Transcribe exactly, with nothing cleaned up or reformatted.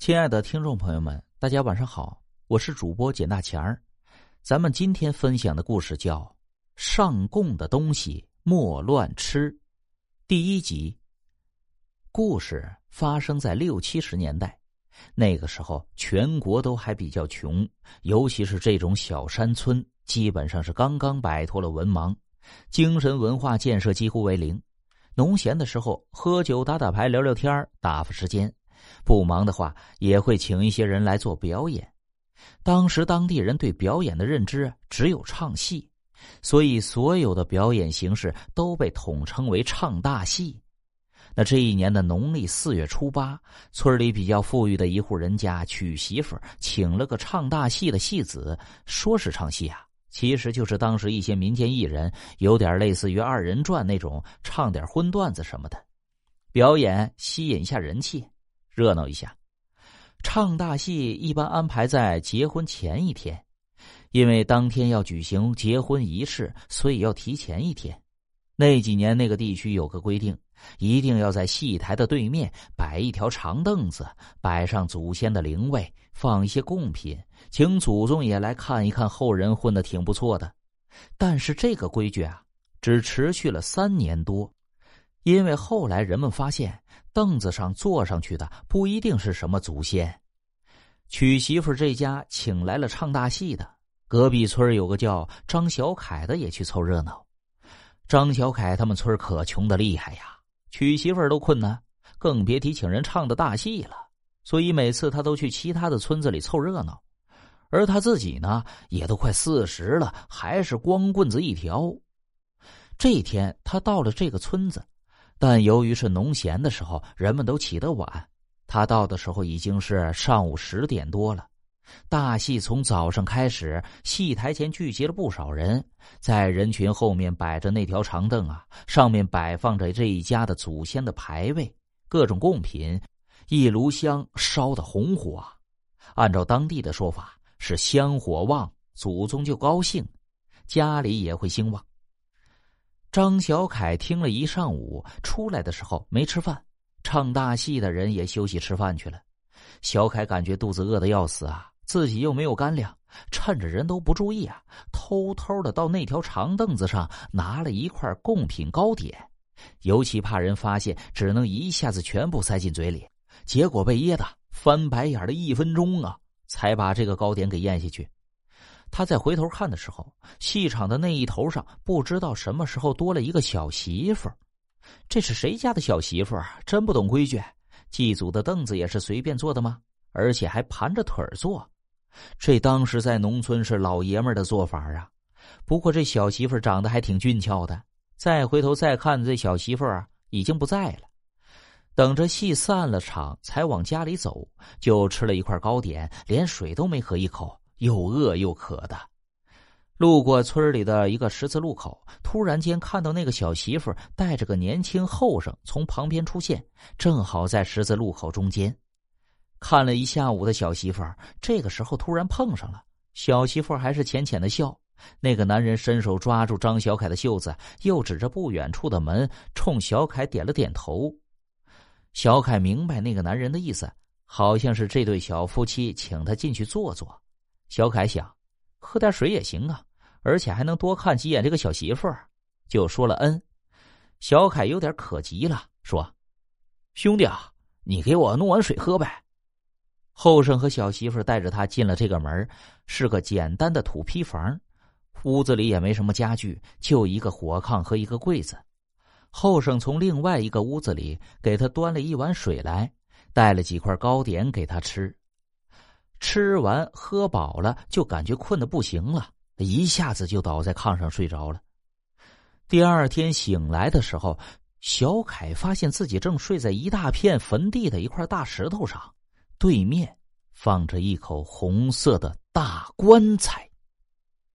亲爱的听众朋友们，大家晚上好，我是主播简大强儿。咱们今天分享的故事叫《上供的东西莫乱吃》第一集。故事发生在六七十年代，那个时候全国都还比较穷，尤其是这种小山村，基本上是刚刚摆脱了文盲，精神文化建设几乎为零。农闲的时候喝酒打打牌聊聊天打发时间，不忙的话也会请一些人来做表演。当时当地人对表演的认知只有唱戏，所以所有的表演形式都被统称为唱大戏。那这一年的农历四月初八，村里比较富裕的一户人家娶媳妇，请了个唱大戏的戏子，说是唱戏啊，其实就是当时一些民间艺人，有点类似于二人转那种，唱点荤段子什么的，表演吸引一下人气，热闹一下。唱大戏一般安排在结婚前一天，因为当天要举行结婚仪式，所以要提前一天。那几年那个地区有个规定，一定要在戏台的对面摆一条长凳子，摆上祖先的灵位，放一些贡品，请祖宗也来看一看后人混得挺不错的。但是这个规矩啊，只持续了三年多，因为后来人们发现凳子上坐上去的不一定是什么祖先。娶媳妇这家请来了唱大戏的，隔壁村有个叫张小凯的也去凑热闹。张小凯他们村可穷得厉害呀，娶媳妇都困难，更别提请人唱的大戏了，所以每次他都去其他的村子里凑热闹。而他自己呢，也都快四十了，还是光棍子一条。这一天他到了这个村子，但由于是农闲的时候，人们都起得晚，他到的时候已经是上午十点多了。大戏从早上开始，戏台前聚集了不少人，在人群后面摆着那条长凳啊，上面摆放着这一家的祖先的牌位，各种贡品，一炉香烧得红火，按照当地的说法是香火旺，祖宗就高兴，家里也会兴旺。张小凯听了一上午，出来的时候没吃饭，唱大戏的人也休息吃饭去了。小凯感觉肚子饿得要死啊，自己又没有干粮，趁着人都不注意啊，偷偷的到那条长凳子上拿了一块贡品糕点，尤其怕人发现，只能一下子全部塞进嘴里，结果被噎得翻白眼了一分钟啊，才把这个糕点给咽下去。他再回头看的时候，戏场的那一头上不知道什么时候多了一个小媳妇，这是谁家的小媳妇啊？真不懂规矩，祭祖的凳子也是随便坐的吗？而且还盘着腿坐，这当时在农村是老爷们的做法啊。不过这小媳妇长得还挺俊俏的，再回头再看这小媳妇啊，已经不在了。等着戏散了场才往家里走，就吃了一块糕点，连水都没喝一口，又饿又渴的。路过村里的一个十字路口，突然间看到那个小媳妇带着个年轻后生从旁边出现，正好在十字路口中间。看了一下午的小媳妇儿，这个时候突然碰上了，小媳妇儿还是浅浅的笑。那个男人伸手抓住张小凯的袖子，又指着不远处的门冲小凯点了点头。小凯明白那个男人的意思，好像是这对小夫妻请他进去坐坐。小凯想，喝点水也行啊，而且还能多看几眼这个小媳妇儿，就说了恩。小凯有点可急了，说：兄弟啊，你给我弄碗水喝呗。后生和小媳妇带着他进了这个门，是个简单的土坯房，屋子里也没什么家具，就一个火炕和一个柜子。后生从另外一个屋子里给他端了一碗水来，带了几块糕点给他吃。吃完喝饱了，就感觉困得不行了，一下子就倒在炕上睡着了。第二天醒来的时候，小凯发现自己正睡在一大片坟地的一块大石头上，对面放着一口红色的大棺材。